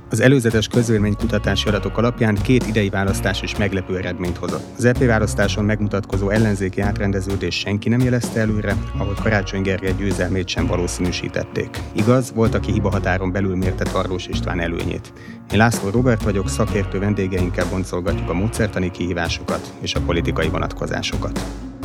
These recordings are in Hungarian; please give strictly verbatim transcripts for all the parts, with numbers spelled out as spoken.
Az előzetes közvéleménykutatási adatok alapján két idei választás is meglepő eredményt hozott. Az é pé választáson megmutatkozó ellenzéki átrendeződés senki nem jelezte előre, ahogy Karácsony Gergely győzelmét sem valószínűsítették. Igaz, volt, aki hibahatáron belül mérte Tarlós István előnyét. Én László Róbert vagyok, szakértő vendégeinkkel boncolgatjuk a módszertani kihívásokat és a politikai vonatkozásokat.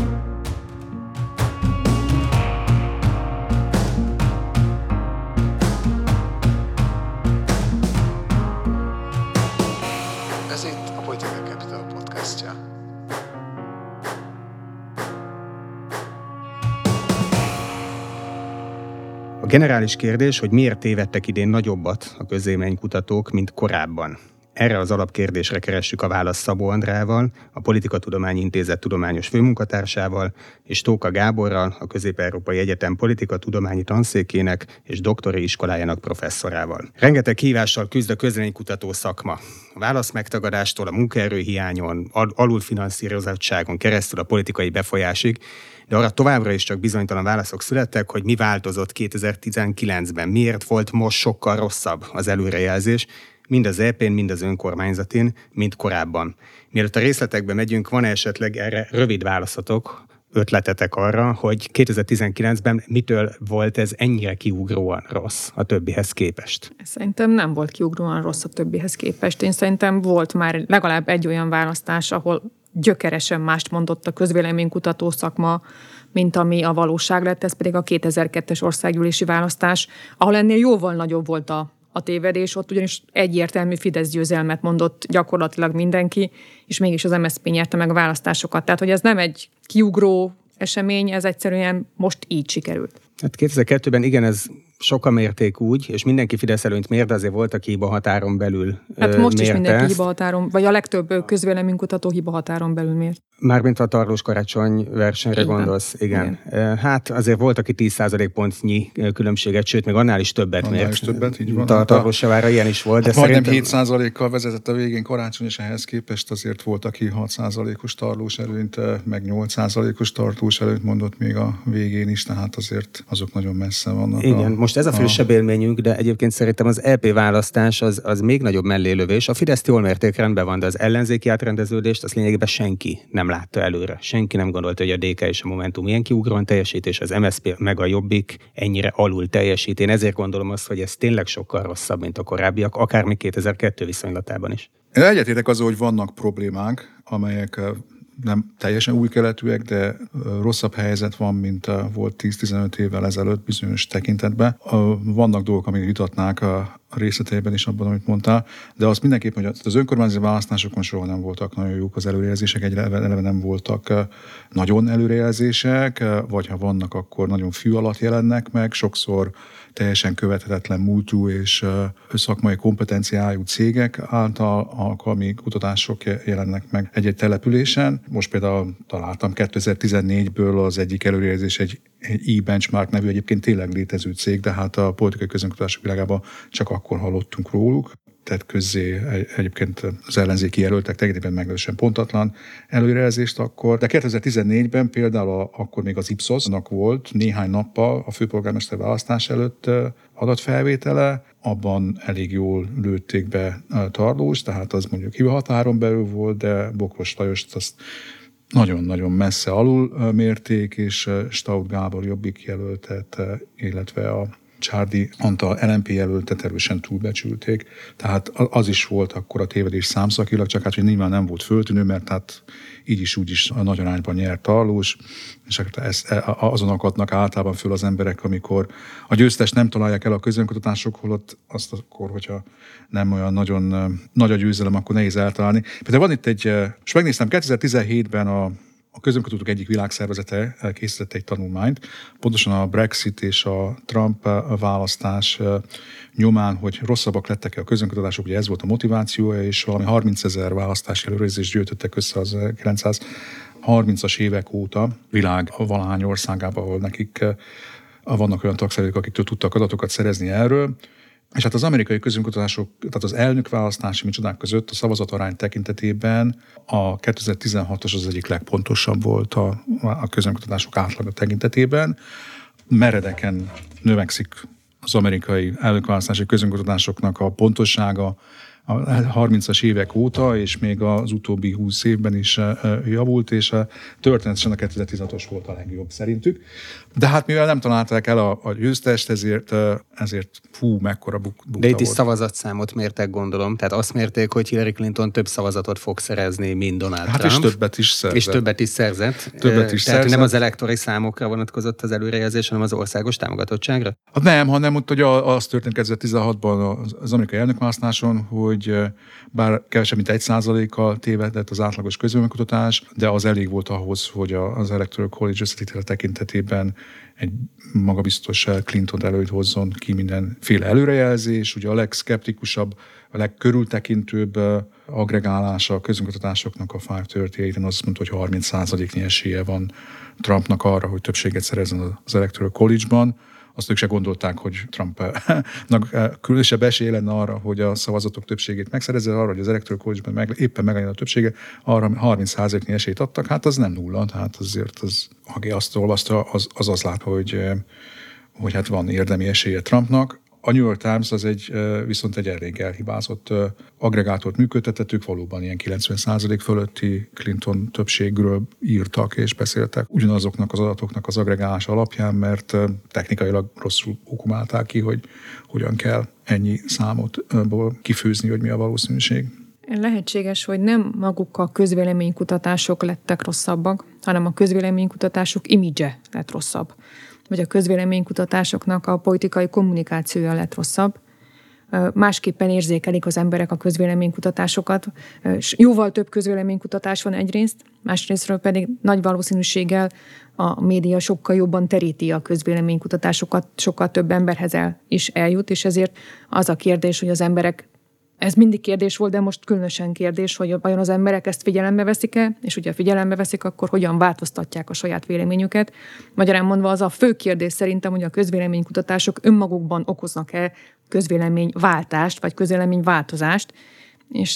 A generális kérdés, hogy miért tévedtek idén nagyobbat a közvéleménykutatók, mint korábban. Erre az alapkérdésre keressük a választ Szabó Andrával, a Politikatudományi Intézet tudományos főmunkatársával, és Tóka Gáborral, a Közép-Európai Egyetem Politikatudományi Tanszékének és doktori iskolájának professzorával. Rengeteg kihívással küzd a közvéleménykutató szakma. A válaszmegtagadástól a munkaerőhiányon, alulfinanszírozottságon keresztül a politikai befolyásig, de arra továbbra is csak bizonytalan válaszok születtek, hogy mi változott kétezer-tizenkilencben, miért volt most sokkal rosszabb az előrejelzés, mind az é pén, mind az önkormányzatin, mint korábban. Mielőtt a részletekbe megyünk, van esetleg erre rövid válaszatok, ötletetek arra, hogy kétezer-tizenkilencben mitől volt ez ennyire kiugróan rossz a többihez képest? Szerintem nem volt kiugróan rossz a többihez képest. Én szerintem volt már legalább egy olyan választás, ahol gyökeresen mást mondott a közvéleménykutató szakma, mint ami a valóság lett, ez pedig a kétezer-kettes országgyűlési választás, ahol ennél jóval nagyobb volt a, a tévedés, ott ugyanis egyértelmű Fidesz győzelmet mondott gyakorlatilag mindenki, és mégis az em es zé pé nyerte meg a választásokat. Tehát, hogy ez nem egy kiugró esemény, ez egyszerűen most így sikerült. Hát kétezer-kettőben igen, ez sokan mérték úgy, és mindenki Fidesz előnyt mér, de azért volt, aki hiba határon belül Hát most is mindenki ezt. hiba határon, vagy a legtöbb közvéleménykutató hiba határon belül mért. Mármint a Tarlós Karácsony versenyre igen. Gondolsz, igen. igen. Hát azért volt, aki tíz százalékpontnyi különbséget, sőt, még annál is többet annál mért. Is többet, így van. A Tarlós Javára ilyen is volt. Hát de majdnem szerintem... hét százalékkal vezetett a végén Karácsony, és ehhez képest azért volt, aki hat százalékos Tarlós előnyt, meg nyolc százalékos Tarlós előnyt mondott még a végén is, tehát azért azok nagyon messze vannak. Igen, a, most ez a frissebb a... élményünk, de egyébként szerintem az é pé választás az, az még nagyobb mellélövés. A Fideszt jól mérték, rendben van, de az ellenzéki átrendeződést az lényegében senki nem látta előre. Senki nem gondolta, hogy a dé ká és a Momentum ilyen kiugróan teljesít, és az em es zé pé meg a Jobbik ennyire alul teljesít. Én ezért gondolom azt, hogy ez tényleg sokkal rosszabb, mint a korábbiak, akár még kétezer-kettő viszonylatában is. Én egyetértek azzal, hogy vannak problémák, amelyek nem teljesen új keletűek, de rosszabb helyzet van, mint volt tíz-tizenöt évvel ezelőtt bizonyos tekintetben. Vannak dolgok, amik vitatnák a részleteiben is abban, amit mondtál, de azt mindenképpen, hogy az önkormányzati választásokon soha nem voltak nagyon jók az előrejelzések, egyre eleve nem voltak nagyon előrejelzések, vagy ha vannak, akkor nagyon fű alatt jelennek meg, sokszor teljesen követhetetlen múltú és szakmai kompetenciájú cégek által alkalmi kutatások jelennek meg egy-egy településen. Most például találtam kétezer-tizennégyből az egyik előrejelzés egy e-benchmark nevű egyébként tényleg létező cég, de hát a politikai közönkutatások világában csak akkor hallottunk róluk. Tehát közzé egyébként az ellenzéki jelöltek tekintetében meglehetősen pontatlan előrejelzést akkor. De kétezer-tizennégyben például a, akkor még az Ipsos-nak volt néhány nappal a főpolgármester választás előtt adatfelvétele, abban elég jól lőtték be Tarlóst, tehát az mondjuk hibahatáron belül volt, de Bokros Lajost azt nagyon-nagyon messze alul mérték, és Staudt Gábor Jobbik jelöltet, illetve a Csárdi Antal el em pé jelöltet erősen túlbecsülték. Tehát az is volt akkor a tévedés számszakilag, csak hát, hogy nyilván nem volt föltűnő, mert hát így is úgy is a nagy arányban nyert Tarlós, és azon akadnak általában föl az emberek, amikor a győztest nem találják el a közönkutatások, holott azt akkor, hogyha nem olyan nagyon nagy a győzelem, akkor nehéz eltalálni. Például van itt egy, és megnéztem, kétezer-tizenhétben a A közönkutatók egyik világszervezete készített egy tanulmányt, pontosan a Brexit és a Trump választás nyomán, hogy rosszabbak lettek a közönkutatások, ugye ez volt a motivációja, és valami harmincezer választási előrejelzést gyűjtöttek össze az kilencszázharmincas évek óta világ valahány országában, ahol nekik vannak olyan tagszervezetek, akiktől tudtak adatokat szerezni erről. És hát az amerikai közönkutatások, tehát az elnökválasztási micsodák között a szavazatarány tekintetében a kétezer-tizenhatos az egyik legpontosabb volt a, a közönkutatások átlaga tekintetében. Meredeken növekszik az amerikai elnökválasztási közönkutatásoknak a pontossága a harmincas évek óta, és még az utóbbi húsz évben is javult, és történetesen a kétezer-tizenhatos volt a legjobb szerintük. De hát mivel nem találták el a, a győztest, ezért, ezért fú, mekkora buk, bukta De itt is volt. szavazatszámot mértek, gondolom. Tehát azt mérték, hogy Hillary Clinton több szavazatot fog szerezni, mint Donald hát Trump. és többet is szerzett. És többet is szerzett. Többet is Tehát szerzett. nem az elektori számokra vonatkozott az előrejelzés, hanem az országos támogatottságra? Hát nem, hanem ott ugye az történt kétezer-tizenhatban az amerikai elnökválasztáson, hogy bár kevesebb, mint egy százalékkal tévedett az átlagos közvéleménykutatás, de az elég volt ahhoz, hogy az Electoral College összetétele tekintetében egy magabiztos Clinton előtt hozzon ki mindenféle előrejelzés. Ugye a legszkeptikusabb, a legkörültekintőbb agregálása a közönkutatásoknak a ötszázharmincnyolcon az mondta, hogy harminc százaléknyi esélye van Trumpnak arra, hogy többséget szerezzen az Electoral College-ban. Azt ők se gondolták, hogy Trumpnak különösebb esélye lenne arra, hogy a szavazatok többségét megszerezze, arra, hogy az Electoral College-ben meg, éppen meglegyen a többsége, arra harminc százaléknyi esélyt adtak. Hát az nem nulla, tehát azért az, aki azt olvaszta, az az, az lát, hogy, hogy hát van érdemi esélye Trumpnak. A New York Times az egy, viszont egy elég elhibázott agregátort működtetett, ők valóban ilyen kilencven százalék fölötti Clinton többségről írtak és beszéltek ugyanazoknak az adatoknak az agregálása alapján, mert technikailag rosszul okumálták ki, hogy hogyan kell ennyi számotból kifőzni, hogy mi a valószínűség. Lehetséges, hogy nem maguk a közvéleménykutatások lettek rosszabbak, hanem a közvéleménykutatások imidzse lett rosszabb. Vagy a közvéleménykutatásoknak a politikai kommunikációja lett rosszabb. Másképpen érzékelik az emberek a közvéleménykutatásokat. Jóval több közvéleménykutatás van egyrészt, másrésztről pedig nagy valószínűséggel a média sokkal jobban teríti a közvéleménykutatásokat, sokkal több emberhez el is eljut, és ezért az a kérdés, hogy az emberek, ez mindig kérdés volt, de most különösen kérdés, hogy vajon az emberek ezt figyelembe veszik-e, és hogyha figyelembe veszik, akkor hogyan változtatják a saját véleményüket. Magyarán mondva az a fő kérdés szerintem, hogy a közvéleménykutatások önmagukban okoznak-e közvéleményváltást, vagy közvéleményváltozást, és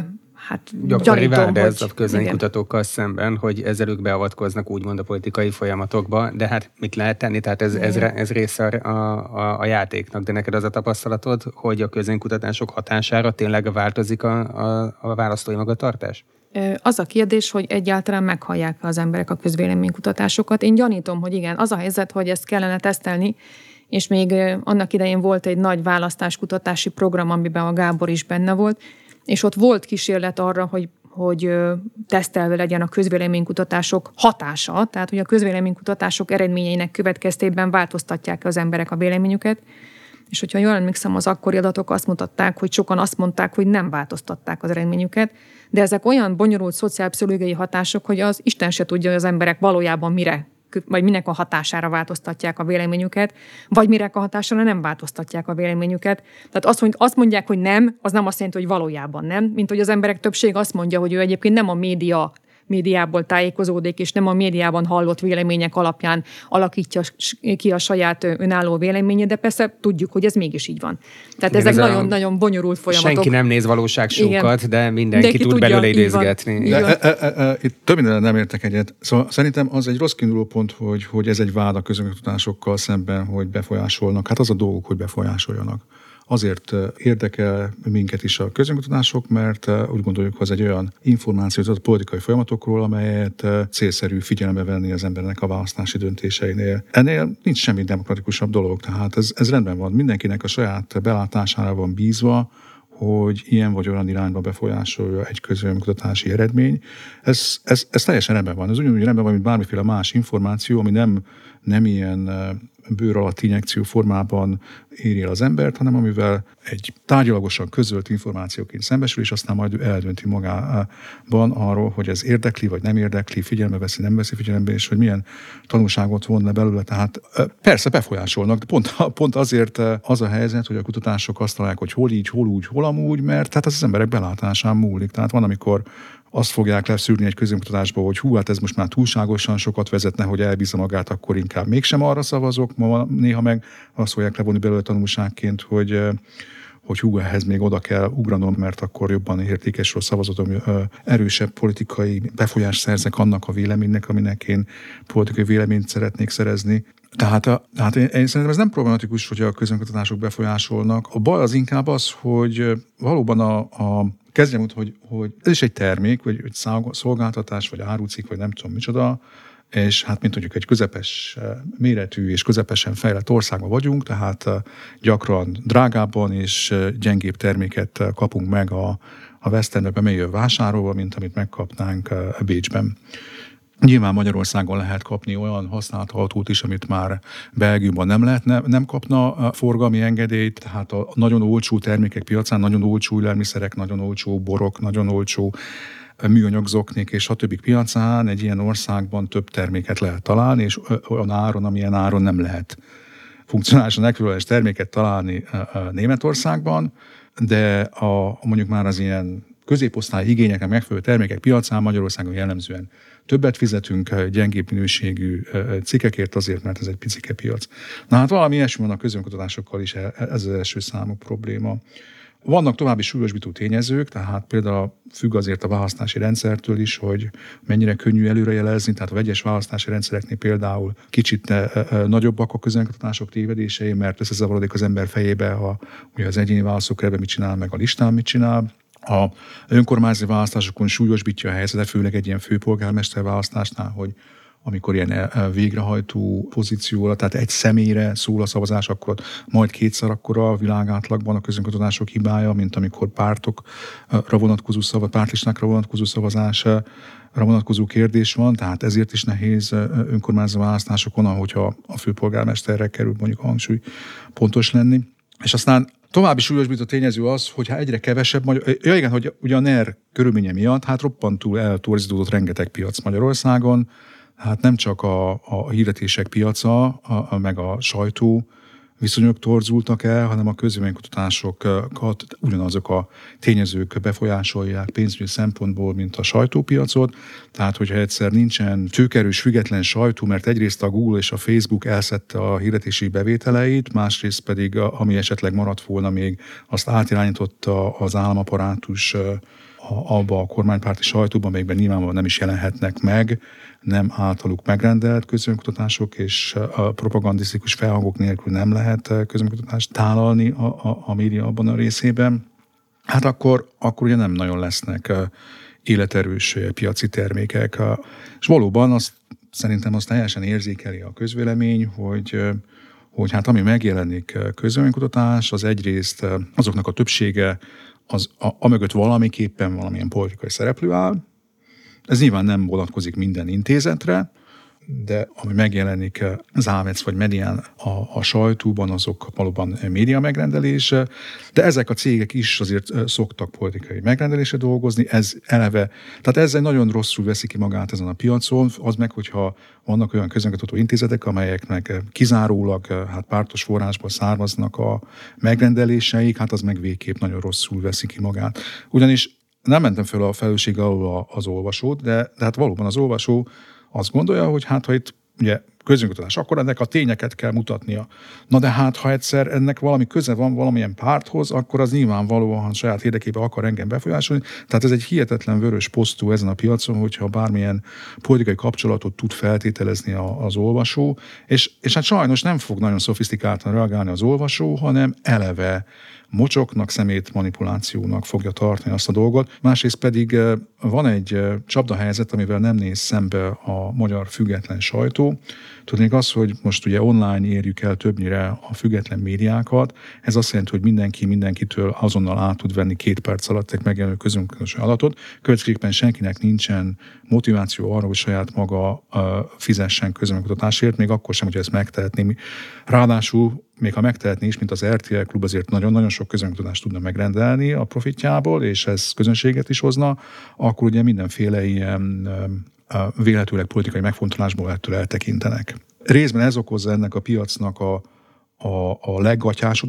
hát gyakori vád ez a közvéleménykutatókkal szemben, hogy ezzel ők beavatkoznak úgymond a politikai folyamatokba, de hát mit lehet tenni? Tehát ez, ez, ez része a, a, a játéknak, de neked az a tapasztalatod, hogy a közvéleménykutatások hatására tényleg változik a, a, a választói magatartás? Az a kérdés, hogy egyáltalán meghallják az emberek a közvéleménykutatásokat. Én gyanítom, hogy igen, az a helyzet, hogy ezt kellene tesztelni, és még annak idején volt egy nagy választáskutatási program, amiben a Gábor is benne volt, és ott volt kísérlet arra, hogy, hogy tesztelve legyen a közvéleménykutatások hatása, tehát hogy a közvéleménykutatások eredményeinek következtében változtatják az emberek a véleményüket, és hogyha jól emlékszem, az akkori adatok azt mutatták, hogy sokan azt mondták, hogy nem változtatták az eredményüket, de ezek olyan bonyolult szociálpszichológiai hatások, hogy az Isten se tudja, hogy az emberek valójában mire, vagy minek a hatására változtatják a véleményüket, vagy minek a hatására nem változtatják a véleményüket. Tehát azt, hogy azt mondják, hogy nem, az nem azt jelenti, hogy valójában nem, mint hogy az emberek többség azt mondja, hogy ő egyébként nem a média médiából tájékozódik, és nem a médiában hallott vélemények alapján alakítja ki a saját önálló véleményét, de persze tudjuk, hogy ez mégis így van. Tehát igen, ezek nagyon-nagyon bonyolult folyamatok. Senki nem néz valóságsókat, igen, de mindenki de tud tudja, belőle idézgetni. De, e, e, e, itt több minden nem értek egyet. Szóval szerintem az egy rossz kiinduló pont, hogy, hogy ez egy vád a közönkutatásokkal szemben, hogy befolyásolnak. Hát az a dolguk, hogy befolyásoljanak. Azért érdekel minket is a közönkutatások, mert úgy gondoljuk, hogy ez egy olyan információt a politikai folyamatokról, amelyet célszerű figyelembe venni az embernek a választási döntéseinél. Ennél nincs semmi demokratikusabb dolog, tehát ez, ez rendben van. Mindenkinek a saját belátására van bízva, hogy ilyen vagy olyan irányba befolyásolja egy közvéleménykutatási eredmény. Ez, ez, ez teljesen rendben van. Ez ugyanúgy rendben van, mint bármiféle más információ, ami nem, nem ilyen bőr alatt injekció formában éri el az embert, hanem amivel egy tárgyalagosan közölt információként szembesül, és aztán majd ő eldönti magában arról, hogy ez érdekli, vagy nem érdekli, figyelembe veszi, nem veszi figyelembe, és hogy milyen tanulságot von le belőle. Tehát persze befolyásolnak, de pont, pont azért az a helyzet, hogy a kutatások azt találják, hogy hol így, hol úgy, hol amúgy, mert tehát az, az emberek belátásán múlik. Tehát van, amikor azt fogják leszűrni egy közönkutatásba, hogy hú, hát ez most már túlságosan sokat vezetne, hogy elbízza magát, akkor inkább mégsem arra szavazok. Ma néha meg azt fogják levonni belőle tanulságként, hogy, hogy hú, ehhez még oda kell ugranom, mert akkor jobban értékesről szavazatom, erősebb politikai befolyást szerzek annak a véleménynek, aminek én politikai véleményt szeretnék szerezni. Tehát, a, tehát én, én szerintem ez nem problematikus, hogy a közönkutatások befolyásolnak. A baj az inkább az, hogy valóban a, a kezdjem úgy, hogy, hogy ez is egy termék, vagy egy szolgáltatás, vagy árucikk, vagy nem tudom micsoda, és hát mint tudjuk, egy közepes méretű és közepesen fejlett országban vagyunk, tehát gyakran drágábban és gyengébb terméket kapunk meg a, a West Endbe bemélyő vásárolva, mint amit megkapnánk Bécsben. Nyilván Magyarországon lehet kapni olyan használt autót is, amit már Belgiumban nem lehetne, nem kapna forgalmi engedélyt, tehát a nagyon olcsó termékek piacán, nagyon olcsó élelmiszerek, nagyon olcsó borok, nagyon olcsó műanyag zoknik és stb. Piacán egy ilyen országban több terméket lehet találni, és olyan áron, amilyen áron nem lehet funkcionálisan ekvivalens terméket találni Németországban, de a, mondjuk már az ilyen középosztályi igényeknek megfelelő termékek piacán Magyarországon jellemzően többet fizetünk gyengébb minőségű cikkekért azért, mert ez egy picike piac. Na hát valami ilyesmi van a közönkutatásokkal is, ez az első számú probléma. Vannak további súlyosbító tényezők, tehát például függ azért a választási rendszertől is, hogy mennyire könnyű előrejelezni, tehát a vegyes választási rendszereknél például kicsit nagyobbak a közönkutatások tévedései, mert összezavarodik az ember fejébe, ha ugye az egyéni választókerületben mit csinál, meg a listán mit csinál. A önkormányzati választásokon súlyosbítja a helyzetet, főleg egy ilyen főpolgármester választásnál, hogy amikor ilyen végrehajtó pozícióra, tehát egy személyre szól a szavazás, akkor majd kétszer akkora a világátlagban a közönkutatások hibája, mint amikor pártokra vonatkozó szavazás, pártlistákra vonatkozó szavazásra vonatkozó kérdés van, tehát ezért is nehéz önkormányzati választásokon, ahogyha a főpolgármesterre kerül mondjuk a hangsúly pontos lenni. És aztán további súlyosbító tényező az, hogy ha egyre kevesebb magyar... Ja igen, hogy ugye a en e er körülménye miatt hát roppantúl eltorzítódott rengeteg piac Magyarországon, hát nem csak a, a hirdetések piaca, a, a, meg a sajtó viszonyok torzultak el, hanem a közvéleménykutatásokat ugyanazok a tényezők befolyásolják pénzügyi szempontból, mint a sajtópiacot. Tehát, hogyha egyszer nincsen tőkerős, független sajtó, mert egyrészt a Google és a Facebook elszedte a hirdetési bevételeit, másrészt pedig, ami esetleg maradt volna még, azt átirányította az államaparátus abba a kormánypárti sajtóban, amelyekben nyilvánvalóan nem is jelenhetnek meg, nem általuk megrendelt közönkutatások, és a propagandisztikus felhangok nélkül nem lehet közönkutatást tálalni a, a, a média abban a részében, hát akkor, akkor ugye nem nagyon lesznek életerős piaci termékek. És valóban azt, szerintem azt teljesen érzékeli a közvélemény, hogy hogy hát ami megjelenik közvéleménykutatás, az egyrészt azoknak a többsége, az a, amögött valamiképpen valamilyen politikai szereplő áll. Ez nyilván nem vonatkozik minden intézetre, de ami megjelenik az Ávec vagy Medián a, a sajtóban, azok valóban média megrendelése, de ezek a cégek is azért szoktak politikai megrendelésre dolgozni, ez eleve, tehát ezzel nagyon rosszul veszi ki magát ezen a piacon, az meg, hogyha vannak olyan közönkutató intézetek, amelyeknek kizárólag hát pártos forrásból származnak a megrendeléseik, hát az meg végképp nagyon rosszul veszi ki magát. Ugyanis nem mentem föl a felelősség alól az olvasót, de, de hát valóban az olvasó azt gondolja, hogy hát ha itt ugye közönkutatás, akkor ennek a tényeket kell mutatnia. Na de hát, ha egyszer ennek valami köze van valamilyen párthoz, akkor az nyilvánvalóan saját érdekében akar engem befolyásolni. Tehát ez egy hihetetlen vörös posztú ezen a piacon, hogyha bármilyen politikai kapcsolatot tud feltételezni az olvasó, és, és hát sajnos nem fog nagyon szofisztikáltan reagálni az olvasó, hanem eleve mocsoknak, szemét manipulációnak fogja tartani azt a dolgot. Másrészt pedig van egy csapdahelyzet, amivel nem néz szembe a magyar független sajtó. Tudnék az, hogy most ugye online érjük el többnyire a független médiákat. Ez azt jelenti, hogy mindenki mindenkitől azonnal át tud venni két perc alatt egy megjelenő közönkutatás adatot. Következésképpen senkinek nincsen motiváció arra, hogy saját maga fizessen közönkutatásért, még akkor sem, hogy ezt megtehetné. Ráadásul még ha megtehetné is, mint az er té el Klub, azért nagyon-nagyon sok közönkutatást tudna megrendelni a profitjából, és ez közönséget is hozna, akkor ugye mindenféle ilyen véletőleg politikai megfontolásból ettől eltekintenek. Részben ez okozza ennek a piacnak a, a, a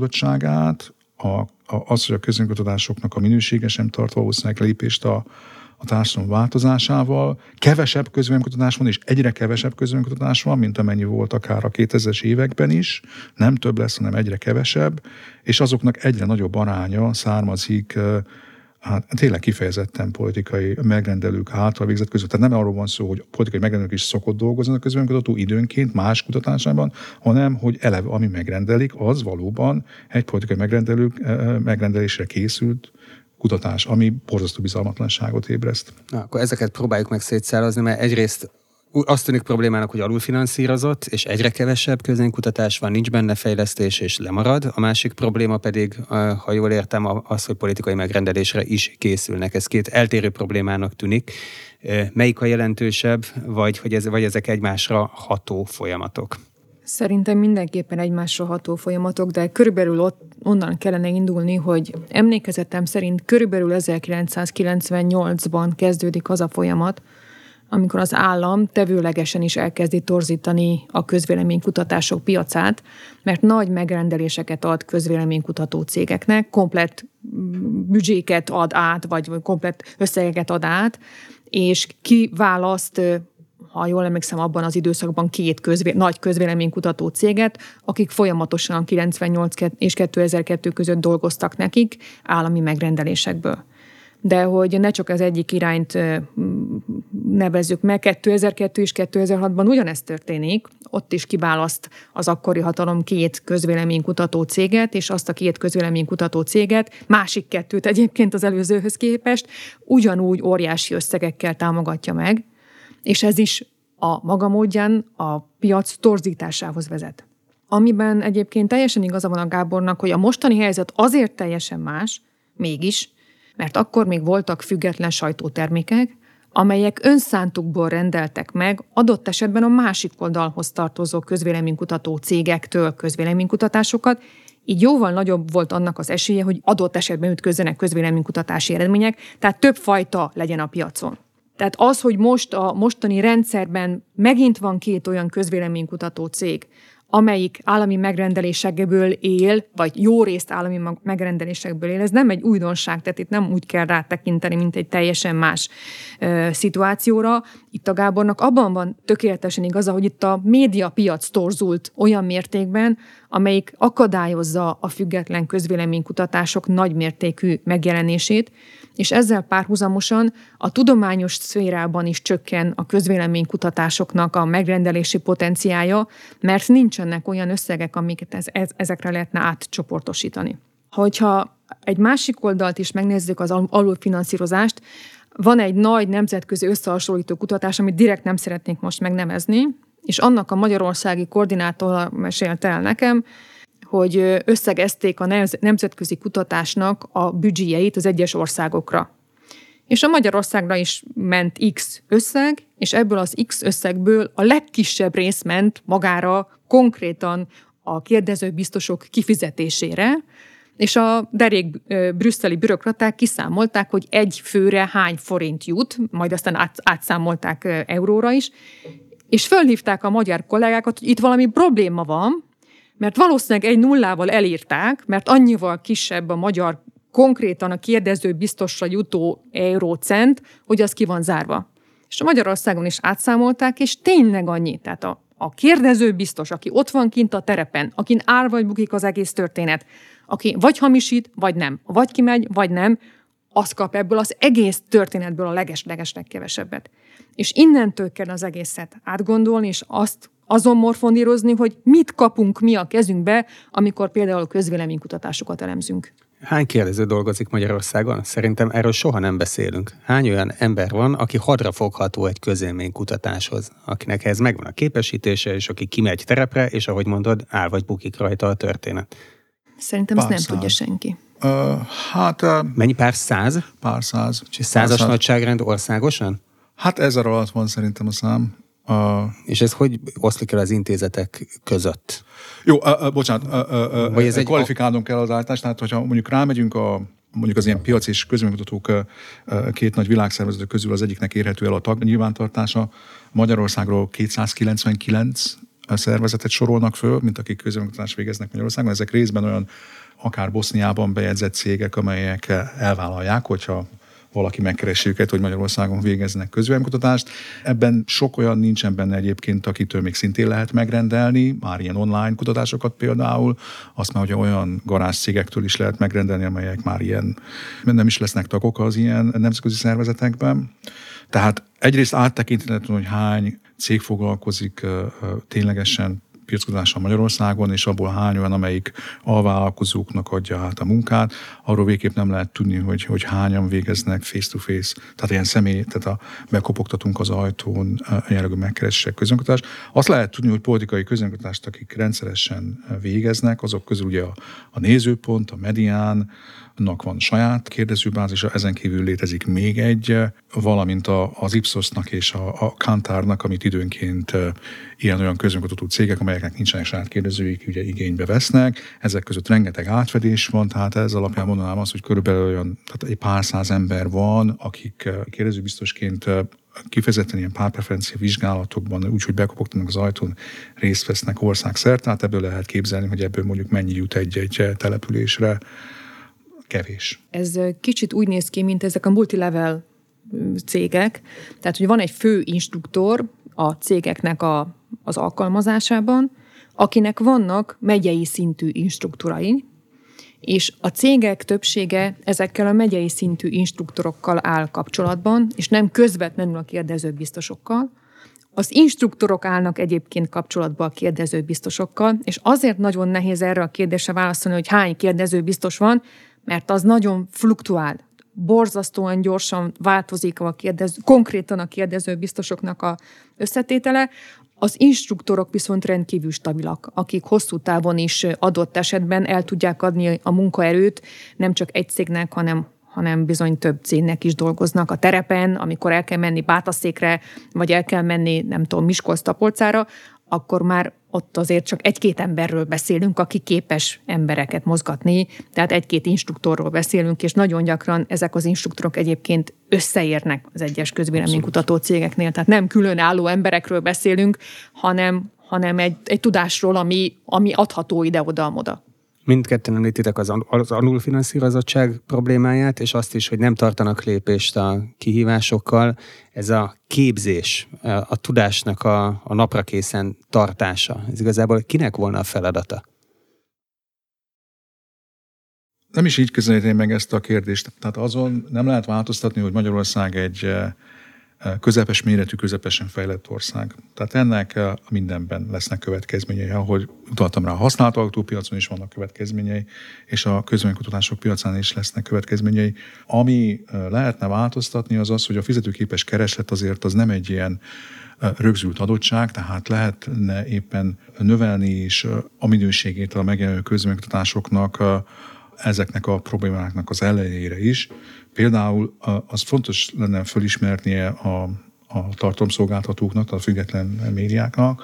leggatyásodottságát, a, a, az, hogy a közönkutatásoknak a minősége sem tart valószínűleg lépést a, a társadalom változásával. Kevesebb közvéleménykutatás van, és egyre kevesebb közvéleménykutatás van, mint amennyi volt akár a kétezres években is. Nem több lesz, hanem egyre kevesebb, és azoknak egyre nagyobb aránya származik hát tényleg kifejezetten politikai megrendelők által végzett között. Tehát nem arról van szó, hogy politikai megrendelők is szokott dolgozni a közvéleménykutató időnként más kutatásában, hanem hogy eleve, ami megrendelik, az valóban egy politikai megrendelők megrendelésre készült kutatás, ami borzasztó bizalmatlanságot ébreszt. Na, akkor ezeket próbáljuk meg szétszállazni, mert egyrészt azt tűnik problémának, hogy alulfinanszírozott, és egyre kevesebb közvéleménykutatás van, nincs benne fejlesztés, és lemarad. A másik probléma pedig, ha jól értem, az, hogy politikai megrendelésre is készülnek. Ez két eltérő problémának tűnik. Melyik a jelentősebb, vagy, hogy ez, vagy ezek egymásra ható folyamatok? Szerintem mindenképpen egymásra ható folyamatok, de körülbelül ott, onnan kellene indulni, hogy emlékezetem szerint körülbelül ezerkilencszázkilencvennyolcban kezdődik az a folyamat, amikor az állam tevőlegesen is elkezdi torzítani a közvéleménykutatások piacát, mert nagy megrendeléseket ad közvéleménykutató cégeknek, komplett büdzséket ad át, vagy komplett összegeket ad át, és kiválaszt, ha jól emlékszem, abban az időszakban két közvé, nagy közvéleménykutató céget, akik folyamatosan kilencvennyolc és kétezer-kettő között dolgoztak nekik állami megrendelésekből. De hogy ne csak az egyik irányt nevezzük meg, kétezer-kettő és kétezer-hatban ugyanezt történik, ott is kiválaszt az akkori hatalom két közvéleménykutató céget, és azt a két közvéleménykutató céget, másik kettőt egyébként az előzőhöz képest, ugyanúgy óriási összegekkel támogatja meg, és ez is a maga módján a piac torzításához vezet. Amiben egyébként teljesen igaza van a Gábornak, hogy a mostani helyzet azért teljesen más, mégis, mert akkor még voltak független sajtótermékek, amelyek önszántukból rendeltek meg adott esetben a másik oldalhoz tartozó közvéleménykutató cégektől közvéleménykutatásokat, így jóval nagyobb volt annak az esélye, hogy adott esetben ütközzenek közvéleménykutatási eredmények, tehát több fajta legyen a piacon. Tehát az, hogy most a mostani rendszerben megint van két olyan közvéleménykutató cég, amelyik állami megrendelésekből él, vagy jó részt állami megrendelésekből él, ez nem egy újdonság, tehát itt nem úgy kell rátekinteni, mint egy teljesen más ö, szituációra. Itt a Gábornak abban van tökéletesen igaza, hogy itt a médiapiac torzult olyan mértékben, amelyik akadályozza a független közvéleménykutatások nagymértékű megjelenését, és ezzel párhuzamosan a tudományos szférában is csökken a közvéleménykutatásoknak a megrendelési potenciálja, mert nincsenek olyan összegek, amiket ez, ez, ezekre lehetne átcsoportosítani. Hogyha egy másik oldalt is megnézzük, az alulfinanszírozást, van egy nagy nemzetközi összehasonlító kutatás, amit direkt nem szeretnék most megnevezni, és annak a magyarországi koordinátora mesélte el nekem, hogy összegezték a nemzetközi kutatásnak a büdzséjeit az egyes országokra. És a Magyarországra is ment X összeg, és ebből az X összegből a legkisebb rész ment magára konkrétan a kérdezőbiztosok kifizetésére, és a derék brüsszeli bürokraták kiszámolták, hogy egy főre hány forint jut, majd aztán át, átszámolták euróra is, és fölhívták a magyar kollégákat, hogy itt valami probléma van, mert valószínűleg egy nullával elírták, mert annyival kisebb a magyar konkrétan a kérdező biztosra jutó eurócent, hogy az ki van zárva. És a Magyarországon is átszámolták, és tényleg annyi. Tehát a, a kérdező biztos, aki ott van kint a terepen, akin áll vagy bukik az egész történet, aki vagy hamisít, vagy nem, vagy kimegy, vagy nem, az kap ebből az egész történetből a leges-leges legkevesebbet. És innentől kell az egészet átgondolni, és azt azon morfondírozni, hogy mit kapunk mi a kezünkbe, amikor például közvéleménykutatásokat elemzünk. Hány kérdező dolgozik Magyarországon? Szerintem erről soha nem beszélünk. Hány olyan ember van, aki hadra fogható egy közvéleménykutatáshoz, akinek ez megvan a képesítése, és aki kimegy terepre, és ahogy mondod, áll vagy bukik rajta a történet? Szerintem ezt nem tudja senki. Uh, hát... Uh, Mennyi, pár száz? Pár száz. És százas száz. Nagyságrend országosan? Hát ezer alatt van szerintem a szám. Uh, és ez hogy oszlik el az intézetek között? Jó, uh, uh, bocsánat, uh, uh, ez kvalifikálnunk kell az állítást, tehát hogyha mondjuk rámegyünk a mondjuk az ilyen piac és közvéleménykutatók két nagy világszervező közül az egyiknek érhető el a tag nyilvántartása. Magyarországról kétszázkilencvenkilenc szervezetet sorolnak föl, mint akik közvéleménykutatást végeznek Magyarországon. Ezek részben olyan akár Boszniában bejegyzett cégek, amelyek elvállalják, hogyha valaki megkeresi őket, hogy Magyarországon végeznek közvéleménykutatást. Ebben sok olyan nincsen benne egyébként, akitől még szintén lehet megrendelni, már ilyen online kutatásokat például, azt már ugye olyan garázs cégektől is lehet megrendelni, amelyek már ilyen, nem is lesznek tagok az ilyen nemzetközi szervezetekben. Tehát egyrészt áttekintetlen, hogy hány cég foglalkozik uh, ténylegesen piackutatással Magyarországon, és abból hány olyan, amelyik alvállalkozóknak adja át a munkát, arról végképp nem lehet tudni, hogy, hogy hányan végeznek face-to-face, tehát ilyen személy, tehát a, bekopogtatunk az ajtón jellegű megkeresések közönkutatást. Azt lehet tudni, hogy politikai közönkutatást, akik rendszeresen végeznek, azok közül ugye a, a Nézőpont, a Medián, nak van saját kérdezőbázisa, ezen kívül létezik még egy, valamint a, az Ipsosnak és a, a Kantarnak, amit időnként ilyen-olyan közönkutató cégek, amelyeknek nincsenek saját kérdezőik, ugye igénybe vesznek. Ezek között rengeteg átfedés van, tehát ez alapján mondanám azt, hogy körülbelül olyan, tehát egy pár száz ember van, akik kérdezőbiztosként kifejezetten ilyen párpreferencia vizsgálatokban, úgyhogy bekopogtanak az ajtón, részt vesznek országszerte, tehát ebből lehet képzelni, hogy ebből mondjuk mennyi jut egy-egy településre. Kevés. Ez kicsit úgy néz ki, mint ezek a multilevel cégek. Tehát, hogy van egy fő instruktor a cégeknek a, az alkalmazásában, akinek vannak megyei szintű instruktorai, és a cégek többsége ezekkel a megyei szintű instruktorokkal áll kapcsolatban, és nem közvetlenül a kérdezőbiztosokkal. Az instruktorok állnak egyébként kapcsolatba a kérdezőbiztosokkal, és azért nagyon nehéz erre a kérdésre válaszolni, hogy hány kérdezőbiztos van, mert az nagyon fluktuál. Borzasztóan gyorsan változik a kérdező, konkrétan a kérdezőbiztosoknak a összetétele. Az instruktorok viszont rendkívül stabilak, akik hosszú távon is adott esetben el tudják adni a munkaerőt, nem csak egy cégnek, hanem, hanem bizony több cégnek is dolgoznak a terepen, amikor el kell menni Bátaszékre, vagy el kell menni, nem tudom, Miskolc-Tapolcára, akkor már ott azért csak egy-két emberről beszélünk, aki képes embereket mozgatni, tehát egy-két instruktorról beszélünk, és nagyon gyakran ezek az instruktorok egyébként összeérnek az egyes közvéleménykutató cégeknél, tehát nem különálló emberekről beszélünk, hanem, hanem egy, egy tudásról, ami, ami adható ide-oda-amoda. Mindketten említitek az, az alulfinanszírozottság problémáját, és azt is, hogy nem tartanak lépést a kihívásokkal. Ez a képzés, a tudásnak a, a naprakészen tartása. Ez igazából kinek volna a feladata? Nem is így közelíteném meg ezt a kérdést. Tehát azon nem lehet változtatni, hogy Magyarország egy közepes méretű, közepesen fejlett ország. Tehát ennek mindenben lesznek következményei, ahogy utaltam rá, a használt autópiacon is vannak következményei, és a közvéleménykutatások piacán is lesznek következményei. Ami lehetne változtatni, az az, hogy a fizetőképes kereslet azért az nem egy ilyen rögzült adottság, tehát lehetne éppen növelni is a minőségét a megjelenő közvéleménykutatásoknak, ezeknek a problémáknak az ellenére is. Például az fontos lenne fölismernie a, a tartalomszolgáltatóknak, tehát a független médiáknak,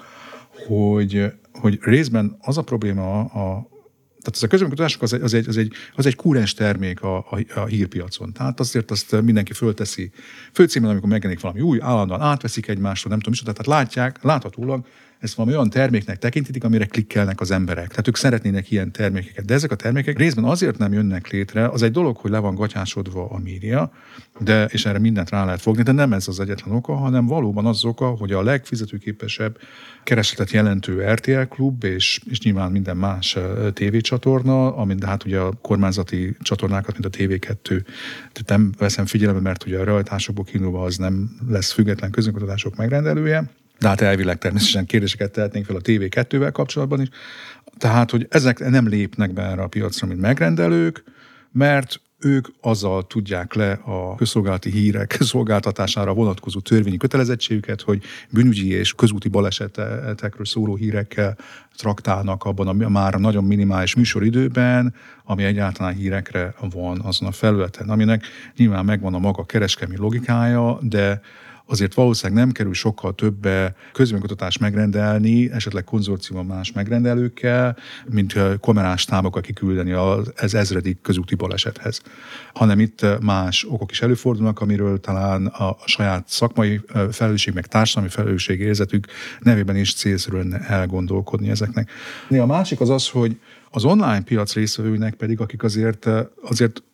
hogy, hogy részben az a probléma, a, tehát ez a közvéleménykutatások az egy, az, egy, az, egy, az egy kúrens termék a, a, a hírpiacon. Tehát azért azt mindenki fölteszi főcímen, amikor megjelenik valami új, állandóan átveszik egymástól, nem tudom is, tehát látják, láthatólag ezt valami olyan terméknek tekintik, amire klikkelnek az emberek. Tehát ők szeretnének ilyen termékeket. De ezek a termékek részben azért nem jönnek létre, az egy dolog, hogy le van gatyásodva a média, de, és erre mindent rá lehet fogni, de nem ez az egyetlen oka, hanem valóban az oka, hogy a legfizetőképesebb keresletet jelentő er té el Klub, és, és nyilván minden más tévécsatorna, amint de hát ugye a kormányzati csatornákat, mint a té vé kettő, nem veszem figyelembe, mert ugye a realitásokból kiindulva az nem lesz független közönkutatások megrendelője. De hát elvileg természetesen kérdéseket tehetnénk fel a té vé kettővel kapcsolatban is. Tehát, hogy ezek nem lépnek be erre a piacra, mint megrendelők, mert ők azzal tudják le a közszolgálati hírek szolgáltatására vonatkozó törvényi kötelezettségüket, hogy bűnügyi és közúti balesetekről szóló hírekkel traktálnak abban a már nagyon minimális műsoridőben, ami egyáltalán hírekre van azon a felületen, aminek nyilván megvan a maga kereskedelmi logikája, de azért valószínűleg nem kerül sokkal többe közvéleménykutatást megrendelni, esetleg konzorciumon más megrendelőkkel, mint kamerás tábokat kiküldeni az ezredik közúti balesethez. Hanem itt más okok is előfordulnak, amiről talán a saját szakmai felelősség, meg társadalmi felelősségérzetük nevében is célszerű lenne elgondolkodni ezeknek. A másik az az, hogy az online piac részvevőinek pedig, akik azért, azért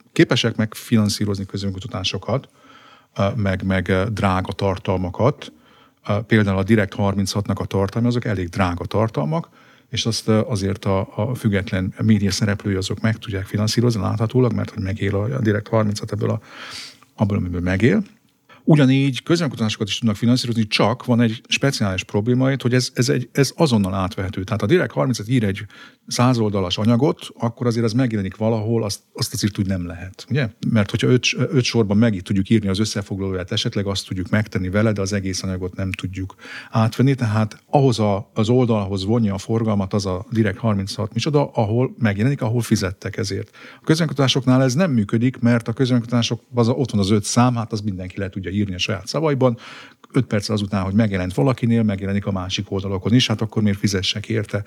képesek megfinanszírozni közönkutatásokat, meg, meg drága tartalmakat. Például a Direkt harminchatnak a tartalma, azok elég drága tartalmak, és azt azért a, a független média szereplői azok meg tudják finanszírozni láthatólag, mert hogy megél a Direkt harminchat ebből a, abból, amiből megél. Ugyanígy közönkutatásokat is tudnak finanszírozni, csak van egy speciális probléma, hogy ez, ez, egy, ez azonnal átvehető. Tehát a Direkt harminchat ír egy százoldalas anyagot, akkor azért az megjelenik valahol, azt, azt azért úgy nem lehet. Ugye? Mert hogyha öt, öt sorban meg tudjuk írni az összefoglalóját, esetleg azt tudjuk megtenni vele, de az egész anyagot nem tudjuk átvenni. Tehát ahhoz a, az oldalhoz vonja a forgalmat az a Direkt harminchat micsoda, ahol megjelenik, ahol fizettek ezért. A közönkutatásoknál ez nem működik, mert a közönkutatásokban ott van az öt szám, hát az mindenki le tudja írni a saját szavaiban. Öt perc azután, hogy megjelent valakinél, megjelenik a másik oldalokon is, hát akkor miért fizessek érte?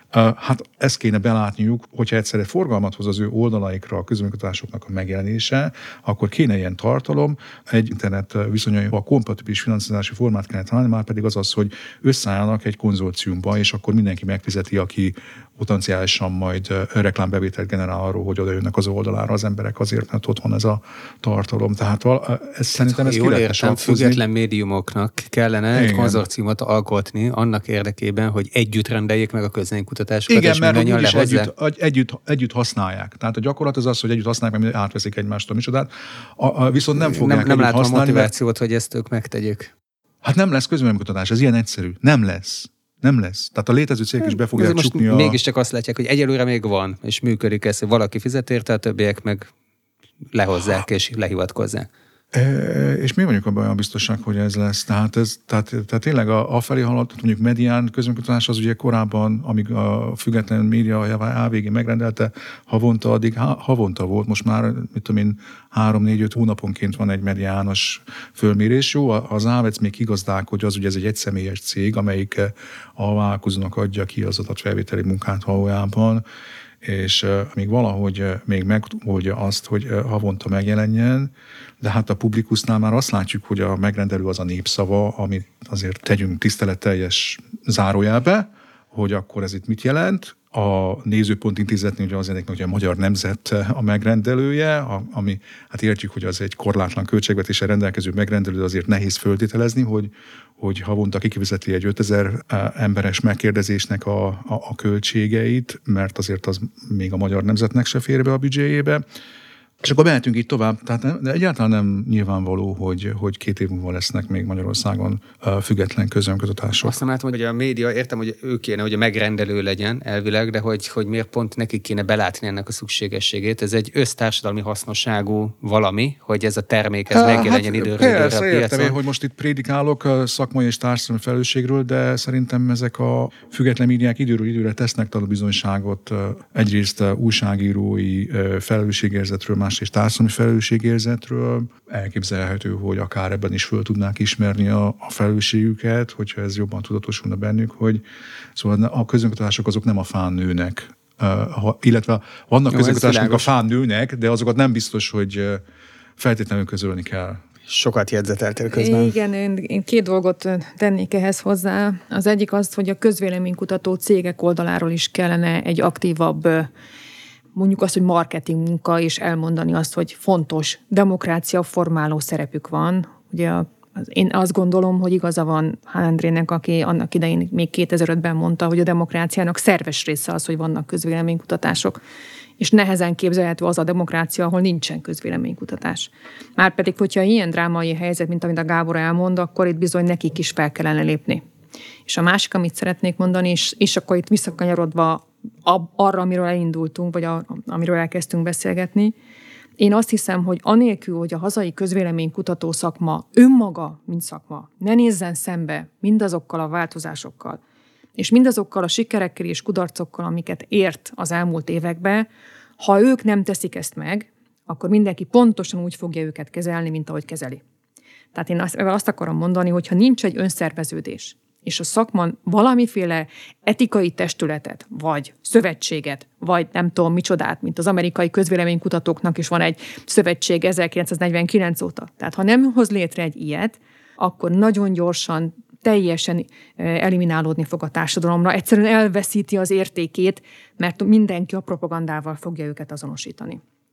Hát ezt kéne belátniuk, hogyha egyszerre forgalmat hoz az ő oldalaikra a közönkutatásoknak a megjelenése, akkor kéne ilyen tartalom, egy internet viszonyaival kompatibilis finanszírozási formát kellene találni, már pedig az az, hogy összeállnak egy konzorciumba, és akkor mindenki megfizeti, aki potenciálisan majd reklámbevételt generál arról, hogy oda jönnek az oldalára az emberek azért, mert ott van ez a tartalom. Tehát ez szerintem ez jól értem, független médiumoknak kellene egy konzorciumot alkotni annak érdekében, hogy együtt rendeljék meg a közönkutatásokat. Igen, mert úgyis együtt, együtt, együtt használják. Tehát a gyakorlat az az, hogy együtt használják, mert átveszik egymástól micsodát. A, a, viszont nem fogják nem, nem látom használni, a motivációt, mert... hogy ezt ők megtegyék. Hát nem lesz közvéleménykutatás, ez ilyen egyszerű. Nem lesz. Nem lesz. Tehát a létező cégek is be fogják csukni a... Mégiscsak azt látják, hogy egyelőre még van, és működik ez, hogy valaki fizet érte, a többiek meg lehozzák és lehivatkozzák. E, és mi vagyunk abban olyan biztosak, hogy ez lesz. Tehát, ez, tehát, tehát tényleg a, a felé haladt, mondjuk medián közönkutatás az ugye korábban, amíg a független média a á vé gé megrendelte, havonta, addig havonta volt, most már, mit tudom én, három-négy-öt hónaponként van egy mediános fölmérés. Jó, az Ávec még kigazdálkodja, az ugye ez egy egyszemélyes cég, amelyik a vállalkozónak adja ki az adatfelvételi munkát valójában, és uh, még valahogy uh, még megoldja azt, hogy uh, havonta megjelenjen, de hát a Publikusnál már azt látjuk, hogy a megrendelő az a népszava, amit azért tegyünk tiszteletteljes zárójelbe, hogy akkor ez itt mit jelent. A Nézőpont Intézetnél ugye azért, hogy a Magyar Nemzet a megrendelője, ami hát értjük, hogy az egy korlátlan költségvetéssel rendelkező megrendelő, azért nehéz föltételezni, hogy, hogy havonta kifizeti egy ötezer emberes megkérdezésnek a, a, a költségeit, mert azért az még a Magyar Nemzetnek se fér be a büdzséjébe. És akkor mehetünk így tovább. Tehát de egyáltalán nem nyilvánvaló, hogy, hogy két év múlva lesznek még Magyarországon független közönkutatások. Azt nem látom, hogy a média, értem, hogy ő kéne, hogy a megrendelő legyen elvileg, de hogy, hogy miért pont nekik kéne belátni ennek a szükségességét. Ez egy össztársadalmi hasznosságú valami, hogy ez a termék ez megjelenjen hát, időről persze, időre a piacon. Értem én, hogy most itt prédikálok szakmai és társadalmi felelősségről, de szerintem ezek a független médiák időről időre tesznek tanúbizonyságot egyrészt újságírói felelősségérzetről, és társadalmi felelősségérzetről. Elképzelhető, hogy akár ebben is föl tudnák ismerni a, a felelősségüket, hogyha ez jobban tudatosulna bennük, hogy szóval a közönkutatások azok nem a fán nőnek. Uh, illetve vannak közönkutatások, amik a fán nőnek, de azokat nem biztos, hogy feltétlenül közölni kell. Sokat jegyzeteltél közben. Igen, én, én két dolgot tennék ehhez hozzá. Az egyik az, hogy a közvéleménykutató cégek oldaláról is kellene egy aktívabb, mondjuk azt, hogy marketing munka, és elmondani azt, hogy fontos demokrácia formáló szerepük van. Ugye a, az, én azt gondolom, hogy igaza van Hán Endrének, aki annak idején még kétezer-ötben mondta, hogy a demokráciának szerves része az, hogy vannak közvéleménykutatások. És nehezen képzelhető az a demokrácia, ahol nincsen közvéleménykutatás. Márpedig, hogyha ilyen drámai helyzet, mint amit a Gábor elmond, akkor itt bizony nekik is fel kellene lépni. És a másik, amit szeretnék mondani, és, és akkor itt visszakanyarodva arra, amiről elindultunk, vagy a, amiről elkezdtünk beszélgetni, én azt hiszem, hogy anélkül, hogy a hazai közvéleménykutató szakma önmaga, mint szakma, ne nézzen szembe mindazokkal a változásokkal, és mindazokkal a sikerekkel és kudarcokkal, amiket ért az elmúlt években, ha ők nem teszik ezt meg, akkor mindenki pontosan úgy fogja őket kezelni, mint ahogy kezeli. Tehát én azt, azt akarom mondani, hogy ha nincs egy önszerveződés, és a szakma valamiféle etikai testületet, vagy szövetséget, vagy nem tudom micsodát, mint az amerikai közvéleménykutatóknak is van egy szövetség ezerkilencszáznegyvenkilenc óta. Tehát ha nem hoz létre egy ilyet, akkor nagyon gyorsan, teljesen eliminálódni fog a társadalomra. Egyszerűen elveszíti az értékét, mert mindenki a propagandával fogja őket azonosítani.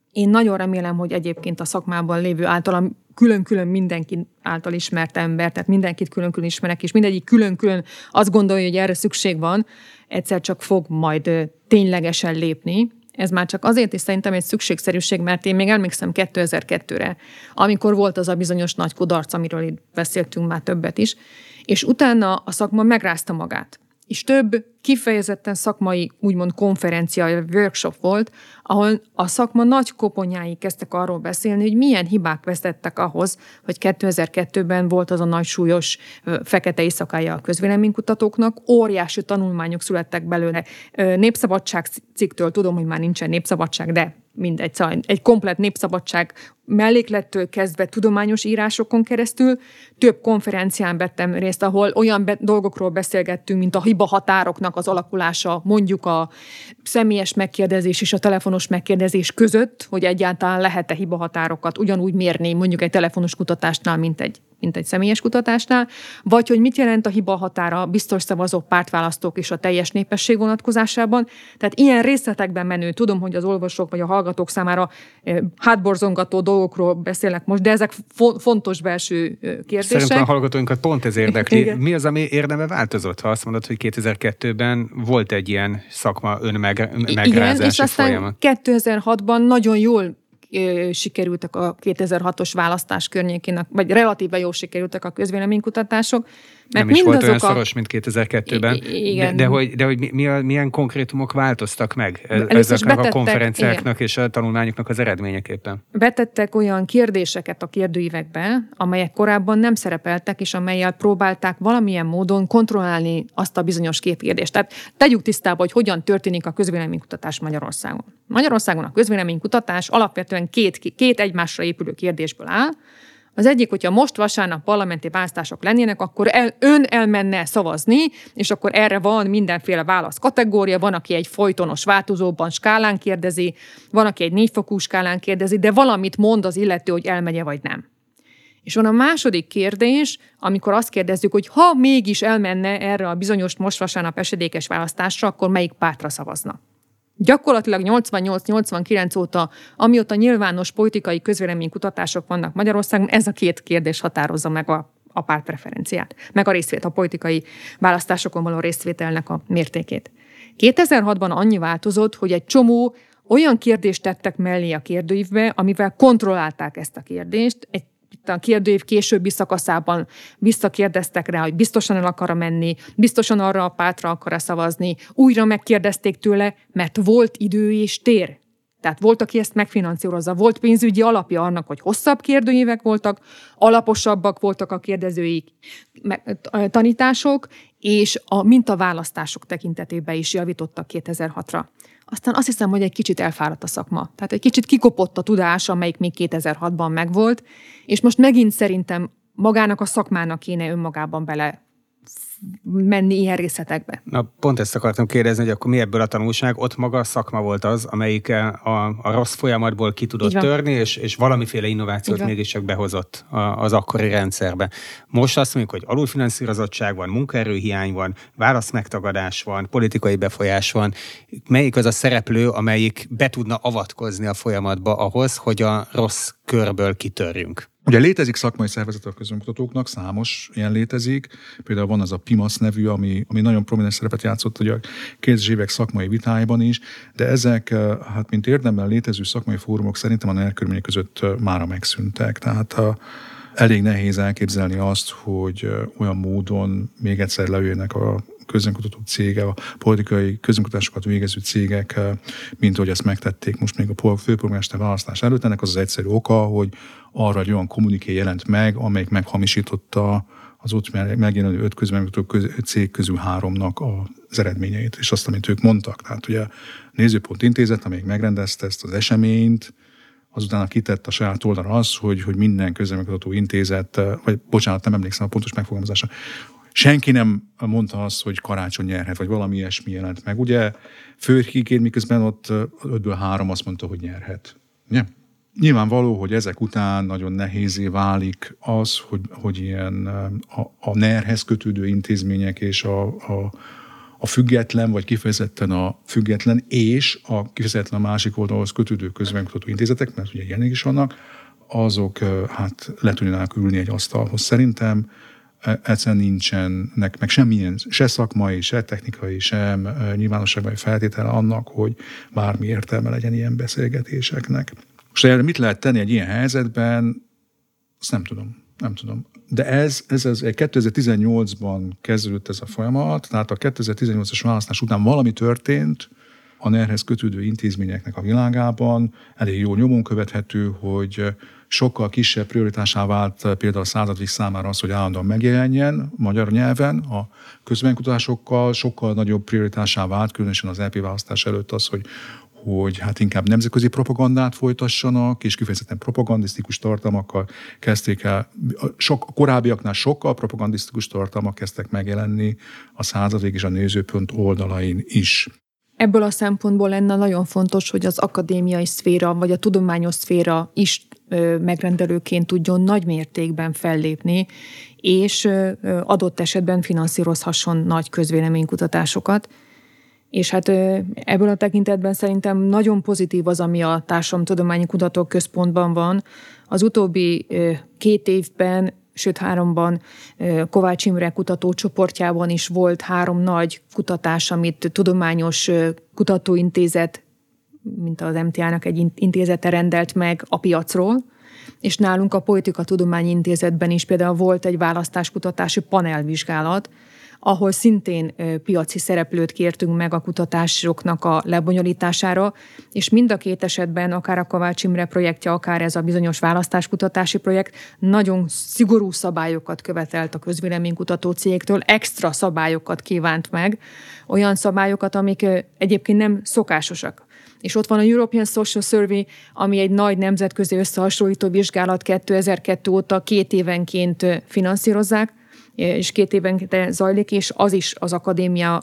Én nagyon remélem, hogy egyébként a szakmában lévő általam külön-külön mindenki által ismert ember, tehát mindenkit külön-külön ismerek, és mindegyik külön-külön azt gondolja, hogy erre szükség van, egyszer csak fog majd ténylegesen lépni. Ez már csak azért is szerintem egy szükségszerűség, mert én még emlékszem kétezer-kettőre, amikor volt az a bizonyos nagy kudarc, amiről itt beszéltünk már többet is, és utána a szakma megrázta magát. És több kifejezetten szakmai, úgymond konferencia, workshop volt, ahol a szakma nagy koponyái kezdtek arról beszélni, hogy milyen hibák vezettek ahhoz, hogy kétezer-kettőben volt az a nagy súlyos fekete éjszakája a közvéleménykutatóknak, óriási tanulmányok születtek belőle. Népszabadság cikktől tudom, hogy már nincsen népszabadság, de mindegy, szóval egy komplett népszabadság melléklettől kezdve tudományos írásokon keresztül több konferencián vettem részt, ahol olyan be- dolgokról beszélgettünk, mint a hiba határoknak az alakulása, mondjuk a személyes megkérdezés és a telefonos megkérdezés között, hogy egyáltalán lehet-e hiba határokat ugyanúgy mérni mondjuk egy telefonos kutatásnál, mint egy mint egy személyes kutatásnál, vagy hogy mit jelent a hiba határa biztos szavazó pártválasztók és a teljes népesség vonatkozásában. Tehát ilyen részletekben menő, tudom, hogy az olvasók vagy a hallgatók számára hátborzongató dolgokról beszélnek most, de ezek fo- fontos belső kérdések. Szerintem a hallgatóinkat pont ez érdekli. Igen. Mi az, ami érdeme változott, ha azt mondod, hogy kétezer-kettőben volt egy ilyen szakma önmegrázási Igen, és aztán folyamat? kétezer-hatban nagyon jól sikerültek a kétezer-hatos választás környékén, vagy relatíve jól sikerültek a közvéleménykutatások. Nem is volt olyan szoros, mint kétezer-kettőben. Igen. De, de hogy, de hogy mi a, milyen konkrétumok változtak meg ezeknek a konferenciáknak igen. és a tanulmányoknak az eredményeképpen? Betettek olyan kérdéseket a kérdőívekbe, amelyek korábban nem szerepeltek, és amellyel próbálták valamilyen módon kontrollálni azt a bizonyos képkérdést. Tehát tegyük tisztába, hogy hogyan történik a közvéleménykutatás Magyarországon. Magyarországon a közvéleménykutatás alapvetően két, két egymásra épülő kérdésből áll. Az egyik, hogyha most vasárnap parlamenti választások lennének, akkor el, ön elmenne szavazni, és akkor erre van mindenféle válasz kategória, van, aki egy folytonos változóban skálán kérdezi, van, aki egy négyfokú skálán kérdezi, de valamit mond az illető, hogy elmegye vagy nem. És van a második kérdés, amikor azt kérdezzük, hogy ha mégis elmenne erre a bizonyos most vasárnap esedékes választásra, akkor melyik pártra szavazna? Gyakorlatilag nyolcvannyolc-nyolcvankilenc óta, amióta nyilvános politikai közvéleménykutatások vannak Magyarországon, ez a két kérdés határozza meg a, a pártpreferenciát, meg a részvét, a politikai választásokon való részvételnek a mértékét. kétezer-hatban annyi változott, hogy egy csomó olyan kérdést tettek mellé a kérdőívbe, amivel kontrollálták ezt a kérdést. Egy Itt a kérdőív későbbi szakaszában visszakérdeztek rá, hogy biztosan el akar menni, biztosan arra a pártra akar szavazni, újra megkérdezték tőle, mert volt idő és tér. Tehát volt, aki ezt megfinanszírozza. Volt pénzügyi alapja annak, hogy hosszabb kérdőívek voltak, alaposabbak voltak a kérdezői tanítások, és a mintaválasztások tekintetében is javítottak kétezer-hatra. Aztán azt hiszem, hogy egy kicsit elfáradt a szakma. Tehát egy kicsit kikopott a tudás, amelyik még kétezer-hatban megvolt, és most megint szerintem magának a szakmának kéne önmagában bele menni ilyen részletekbe. Na, pont ezt akartam kérdezni, hogy akkor mi ebből a tanulság? Ott maga a szakma volt az, amelyik a, a rossz folyamatból ki tudott törni, és, és valamiféle innovációt mégiscsak behozott az akkori rendszerbe. Most azt mondjuk, hogy alulfinanszírozottság van, munkaerőhiány van, válaszmegtagadás van, politikai befolyás van. Melyik az a szereplő, amelyik be tudna avatkozni a folyamatba ahhoz, hogy a rossz körből kitörjünk? Ugye létezik szakmai szervezet a közönkutatóknak, számos ilyen létezik. Például van az a PIMASZ nevű, ami, ami nagyon prominens szerepet játszott ugye a kétezres évek szakmai vitáiban is, de ezek, hát mint érdemben létező szakmai fórumok szerintem a NER körülmények között mára megszűntek. Tehát a, elég nehéz elképzelni azt, hogy olyan módon még egyszer leüljenek a közönkutató cége, a politikai közönkutatásokat végező cégek, mint ahogy ezt megtették most még a főpolgármester választás előtt. Ennek az az egyszerű oka, hogy arra egy olyan kommuniké jelent meg, amelyik meghamisította az ott megjelenő öt közvéleménykutató cég közül háromnak az eredményeit, és azt, amit ők mondtak. Tehát ugye a Nézőpont Intézet, amelyik megrendezte ezt az eseményt, azután kitett a saját oldalra az, hogy, hogy minden közvéleménykutató intézet, vagy bocsánat, nem emlékszem a pontos megfogalmazásra, senki nem mondta azt, hogy Karácsony nyerhet, vagy valami ilyesmi jelent meg. Ugye Főrkiként, miközben ott ötből három azt mondta, hogy nyerhet. Ugye? Nyilvánvaló, hogy ezek után nagyon nehézé válik az, hogy, hogy ilyen a, a NER-hez kötődő intézmények és a, a, a független, vagy kifejezetten a független és a kifejezetten a másik oldalhoz kötődő közvéleménykutató intézetek, mert ugye ilyenek is vannak, azok hát le tudnának ülni egy asztalhoz. Szerintem egyszerűen nincsenek meg semmilyen, se szakmai, se technikai, sem nyilvánosságban feltétele annak, hogy bármi értelme legyen ilyen beszélgetéseknek. Most erre mit lehet tenni egy ilyen helyzetben? Azt nem tudom. Nem tudom. De ez, ez, ez kétezer-tizennyolcban kezdődött ez a folyamat, tehát a kétezer-tizennyolcas választás után valami történt a nerhez kötődő intézményeknek a világában, elég jól nyomon követhető, hogy sokkal kisebb prioritásá vált például a századvég számára az, hogy állandóan megjelenjen magyar nyelven a közvéleménykutatásokkal, sokkal nagyobb prioritásá vált, különösen az é pé választás előtt az, hogy hogy hát inkább nemzetközi propagandát folytassanak, és kifejezetten propagandisztikus tartalmakkal kezdték el, sok, a korábbiaknál sokkal propagandisztikus tartalmak kezdtek megjelenni a Századvég és a Nézőpont oldalain is. Ebből a szempontból lenne nagyon fontos, hogy az akadémiai szféra, vagy a tudományos szféra is ö, megrendelőként tudjon nagy mértékben fellépni, és ö, adott esetben finanszírozhasson nagy közvéleménykutatásokat. És hát ebből a tekintetben szerintem nagyon pozitív az, ami a Társadalomtudományi Kutatók Központban van. Az utóbbi két évben, sőt háromban Kovács Imre kutatócsoportjában is volt három nagy kutatás, amit tudományos kutatóintézet, mint az em té á-nak egy intézete rendelt meg a piacról, és nálunk a Politikatudományi Intézetben is például volt egy választáskutatási panelvizsgálat, ahol szintén piaci szereplőt kértünk meg a kutatásoknak a lebonyolítására, és mind a két esetben, akár a Kovács Imre projektje, akár ez a bizonyos választáskutatási projekt, nagyon szigorú szabályokat követelt a közvéleménykutató cégtől, extra szabályokat kívánt meg, olyan szabályokat, amik egyébként nem szokásosak. És ott van a European Social Survey, ami egy nagy nemzetközi összehasonlító vizsgálat, kétezer-kettő óta két évenként finanszírozzák, és két évben zajlik, és az is az akadémia,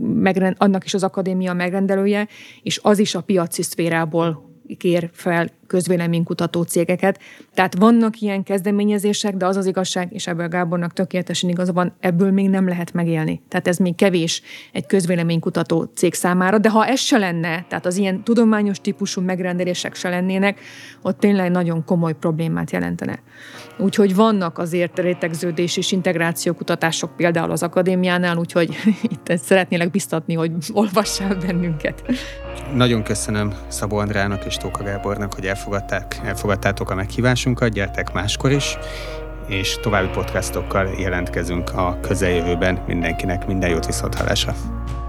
annak is az akadémia megrendelője, és az is a piaci szférából kér fel közvéleménykutató cégeket. Tehát vannak ilyen kezdeményezések, de az az igazság, és ebből Gábornak tökéletesen igaza van, ebből még nem lehet megélni. Tehát ez még kevés egy közvéleménykutató cég számára, de ha ez se lenne, tehát az ilyen tudományos típusú megrendelések se lennének, ott tényleg nagyon komoly problémát jelentene. Úgyhogy vannak azért rétegződés és integrációkutatások például az akadémiánál, úgyhogy itt szeretnélek biztatni, hogy olvassál bennünket. Nagyon köszönöm Szabó Andrának és Tóka Gábornak, hogy elfogadták, elfogadtátok a meghívásunkat, gyertek máskor is, és további podcastokkal jelentkezünk a közeljövőben. Mindenkinek minden jót, viszonthallásra!